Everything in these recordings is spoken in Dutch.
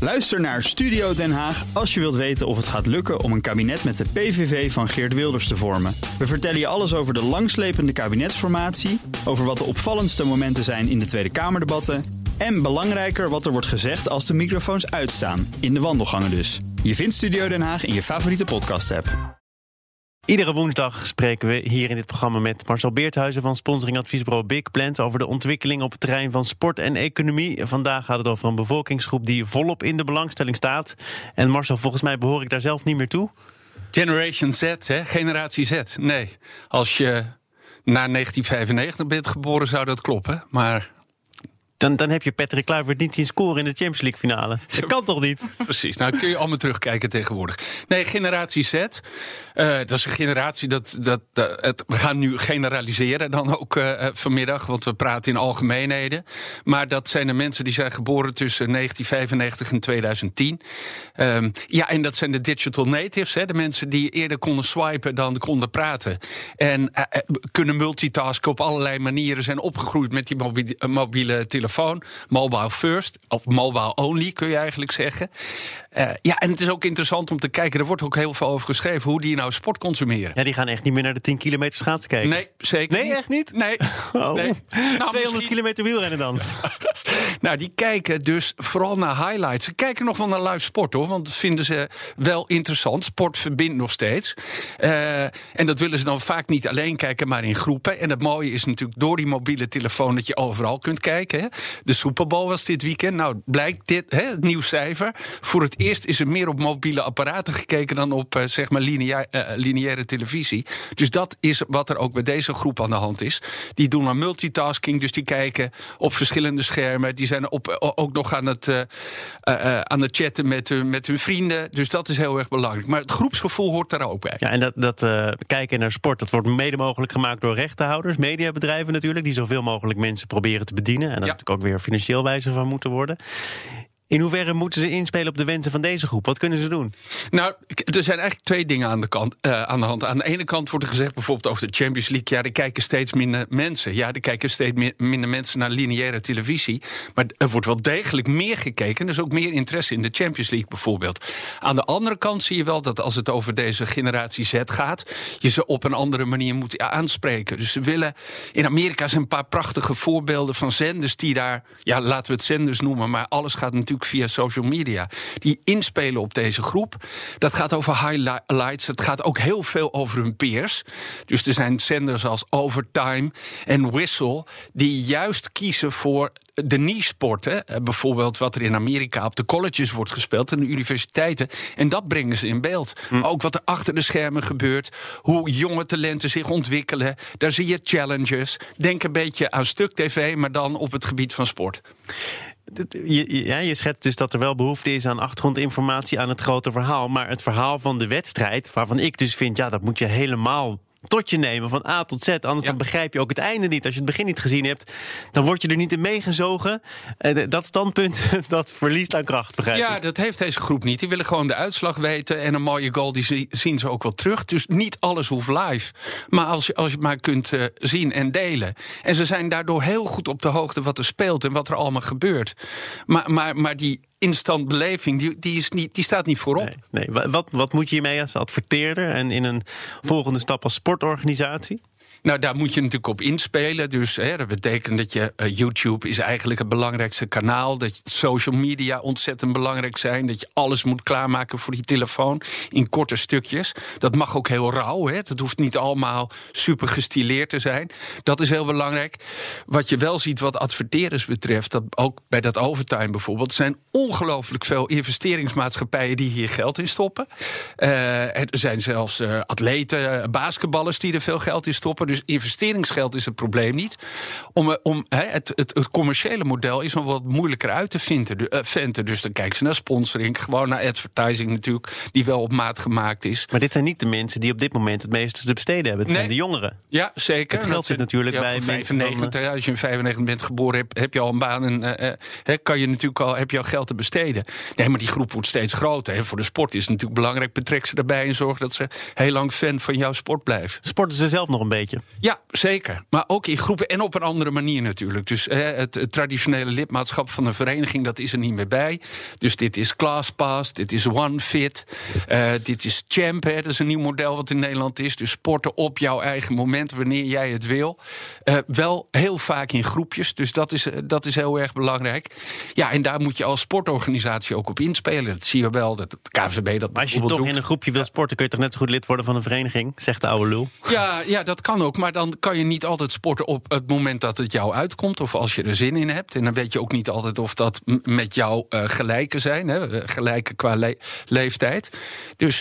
Luister naar Studio Den Haag als je wilt weten of het gaat lukken om een kabinet met de PVV van Geert Wilders te vormen. We vertellen je alles over de langslepende kabinetsformatie, over wat de opvallendste momenten zijn in de Tweede Kamerdebatten en belangrijker wat er wordt gezegd als de microfoons uitstaan, in de wandelgangen dus. Je vindt Studio Den Haag in je favoriete podcast-app. Iedere woensdag spreken we hier in dit programma met Marcel Beerthuizen van sponsoringadviesbureau Big Plans over de ontwikkeling op het terrein van sport en economie. Vandaag gaat het over een bevolkingsgroep die volop in de belangstelling staat. En Marcel, volgens mij behoor ik daar zelf niet meer toe. Generation Z, hè? Generatie Z. Nee, als je na 1995 bent geboren zou dat kloppen, maar... Dan heb je Patrick Kluivert niet zien scoren in de Champions League finale. Dat kan toch niet? Precies, nou kun je allemaal terugkijken tegenwoordig. Nee, generatie Z, dat is een generatie we gaan nu generaliseren dan ook vanmiddag, want we praten in algemeenheden. Maar dat zijn de mensen die zijn geboren tussen 1995 en 2010. En dat zijn de digital natives, hè, de mensen die eerder konden swipen dan konden praten. En kunnen multitasken op allerlei manieren, zijn opgegroeid met die mobiele telefoon. Mobile first, of mobile only kun je eigenlijk zeggen. En het is ook interessant om te kijken, er wordt ook heel veel over geschreven, hoe die nou sport consumeren. Ja, die gaan echt niet meer naar de 10 kilometer schaatsen kijken. Nee, zeker niet. Nee, echt niet? Nee. Oh. Nee. 200 kilometer wielrennen dan. Nou, die kijken dus vooral naar highlights. Ze kijken nog wel naar live sport, hoor, want dat vinden ze wel interessant. Sport verbindt nog steeds. En dat willen ze dan vaak niet alleen kijken, maar in groepen. En het mooie is natuurlijk door die mobiele telefoon dat je overal kunt kijken. Hè. De Super Bowl was dit weekend. Nou, blijkt dit, het nieuw cijfer. Voor het eerst is er meer op mobiele apparaten gekeken dan op lineaire televisie. Dus dat is wat er ook bij deze groep aan de hand is. Die doen aan multitasking, dus die kijken op verschillende schermen. Die zijn ook nog aan het chatten met hun vrienden. Dus dat is heel erg belangrijk. Maar het groepsgevoel hoort daar ook bij. Ja, en dat kijken naar sport, dat wordt mede mogelijk gemaakt door rechtenhouders, mediabedrijven natuurlijk, die zoveel mogelijk mensen proberen te bedienen. En daar natuurlijk ook weer financieel wijzer van moeten worden. In hoeverre moeten ze inspelen op de wensen van deze groep? Wat kunnen ze doen? Nou, er zijn eigenlijk twee dingen aan de hand. Aan de ene kant wordt er gezegd bijvoorbeeld over de Champions League, er kijken steeds minder mensen. Ja, er kijken steeds minder mensen naar lineaire televisie. Maar er wordt wel degelijk meer gekeken. Er is ook meer interesse in de Champions League bijvoorbeeld. Aan de andere kant zie je wel dat als het over deze generatie Z gaat, je ze op een andere manier moet aanspreken. Dus ze willen, in Amerika zijn een paar prachtige voorbeelden van zenders die daar, laten we het zenders noemen, maar alles gaat natuurlijk via social media, die inspelen op deze groep. Dat gaat over highlights, het gaat ook heel veel over hun peers. Dus er zijn zenders als Overtime en Whistle die juist kiezen voor de niche-sporten, bijvoorbeeld wat er in Amerika op de colleges wordt gespeeld en de universiteiten. En dat brengen ze in beeld. Ook wat er achter de schermen gebeurt, hoe jonge talenten zich ontwikkelen. Daar zie je challenges. Denk een beetje aan Stuk TV, maar dan op het gebied van sport. Je schetst dus dat er wel behoefte is aan achtergrondinformatie, aan het grote verhaal. Maar het verhaal van de wedstrijd, waarvan ik dus vind, dat moet je helemaal tot je nemen, van A tot Z. Anders dan begrijp je ook het einde niet. Als je het begin niet gezien hebt, dan word je er niet in meegezogen. Dat standpunt, dat verliest aan kracht, begrijp je? Ja, dat heeft deze groep niet. Die willen gewoon de uitslag weten en een mooie goal, die zien ze ook wel terug. Dus niet alles hoeft live. Maar als je het maar kunt zien en delen. En ze zijn daardoor heel goed op de hoogte wat er speelt en wat er allemaal gebeurt. Maar die instant beleving, die staat niet voorop. Nee. Wat moet je hiermee als adverteerder en in een volgende stap als sportorganisatie? Nou, daar moet je natuurlijk op inspelen. Dus dat betekent dat je YouTube is eigenlijk het belangrijkste kanaal. Dat social media ontzettend belangrijk zijn. Dat je alles moet klaarmaken voor die telefoon in korte stukjes. Dat mag ook heel rauw. Dat hoeft niet allemaal super gestileerd te zijn. Dat is heel belangrijk. Wat je wel ziet wat adverteerders betreft, dat ook bij dat Overtime bijvoorbeeld, zijn ongelooflijk veel investeringsmaatschappijen die hier geld in stoppen. Er zijn zelfs atleten, basketballers die er veel geld in stoppen. Dus investeringsgeld is het probleem niet. Het commerciële model is nog wat moeilijker uit te vinden. Dus dan kijken ze naar sponsoring, gewoon naar advertising natuurlijk, die wel op maat gemaakt is. Maar dit zijn niet de mensen die op dit moment het meeste te besteden hebben. Het zijn de jongeren. Ja, zeker. Het geld zit natuurlijk bij 95. Als je in 95 bent geboren, heb je al een baan en kan je natuurlijk al, heb je al geld te besteden. Nee, maar die groep wordt steeds groter. Voor de sport is het natuurlijk belangrijk. Betrek ze erbij en zorg dat ze heel lang fan van jouw sport blijven. Sporten ze zelf nog een beetje? Ja, zeker. Maar ook in groepen en op een andere manier natuurlijk. Dus het traditionele lidmaatschap van de vereniging, dat is er niet meer bij. Dus dit is ClassPass, dit is OneFit, dit is Champ. Dat is een nieuw model wat in Nederland is. Dus sporten op jouw eigen moment, wanneer jij het wil. Wel heel vaak in groepjes, dus dat is heel erg belangrijk. Ja, en daar moet je als sportorganisatie ook op inspelen. Dat zie je wel, dat de KNVB dat. Maar als je toch in een groepje wil sporten, kun je toch net zo goed lid worden van een vereniging, zegt de oude lul. Ja, dat kan ook, maar dan kan je niet altijd sporten op het moment dat het jou uitkomt, of als je er zin in hebt. En dan weet je ook niet altijd of dat met jou gelijken zijn, hè, gelijken qua leeftijd. Dus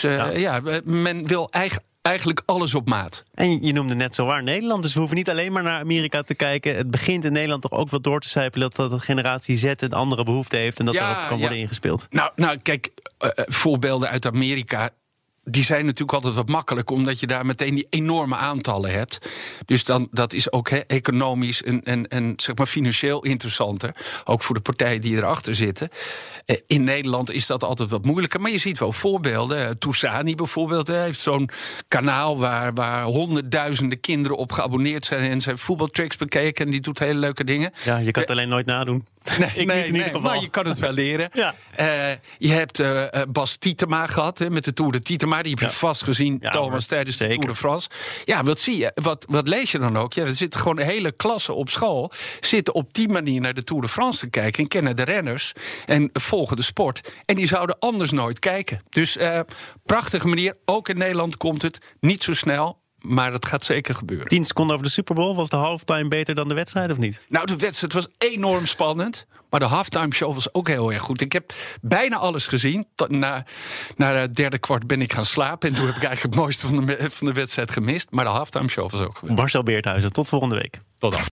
men wil eigenlijk alles op maat. En je noemde net zo waar Nederland, dus we hoeven niet alleen maar naar Amerika te kijken. Het begint in Nederland toch ook wel door te sijpelen dat de generatie Z een andere behoefte heeft en dat daarop kan worden ingespeeld. Nou kijk, voorbeelden uit Amerika, die zijn natuurlijk altijd wat makkelijk, omdat je daar meteen die enorme aantallen hebt. Dus dan, dat is ook economisch en zeg maar financieel interessanter. Ook voor de partijen die erachter zitten. In Nederland is dat altijd wat moeilijker. Maar je ziet wel voorbeelden. Toussani bijvoorbeeld heeft zo'n kanaal waar honderdduizenden kinderen op geabonneerd zijn en zijn voetbaltricks bekeken. En die doet hele leuke dingen. Ja, je kan het alleen nooit nadoen. Nee, maar je kan het wel leren. Ja. Je hebt Bas Tietema gehad met de Tour de Tietema. Die heb je vast gezien, Thomas, tijdens de Tour de France. Ja, wat zie je? Wat lees je dan ook? Ja, er zitten gewoon hele klassen op school, zitten op die manier naar de Tour de France te kijken en kennen de renners en volgen de sport. En die zouden anders nooit kijken. Dus prachtige manier. Ook in Nederland komt het niet zo snel, maar dat gaat zeker gebeuren. 10 seconden over de Super Bowl. Was de halftime beter dan de wedstrijd of niet? Nou, de wedstrijd was enorm spannend. Maar de halftime show was ook heel erg goed. Ik heb bijna alles gezien. Na het derde kwart ben ik gaan slapen. En toen heb ik eigenlijk het mooiste van de wedstrijd gemist. Maar de halftime show was ook geweldig. Marcel Beerthuizen, tot volgende week. Tot dan.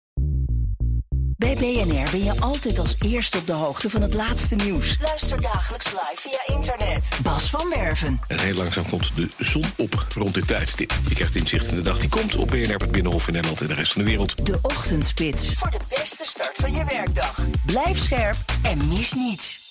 Bij BNR ben je altijd als eerste op de hoogte van het laatste nieuws. Luister dagelijks live via internet. Bas van Werven. En heel langzaam komt de zon op rond dit tijdstip. Je krijgt inzicht in de dag die komt op BNR, het Binnenhof in Nederland en de rest van de wereld. De Ochtendspits. Voor de beste start van je werkdag. Blijf scherp en mis niets.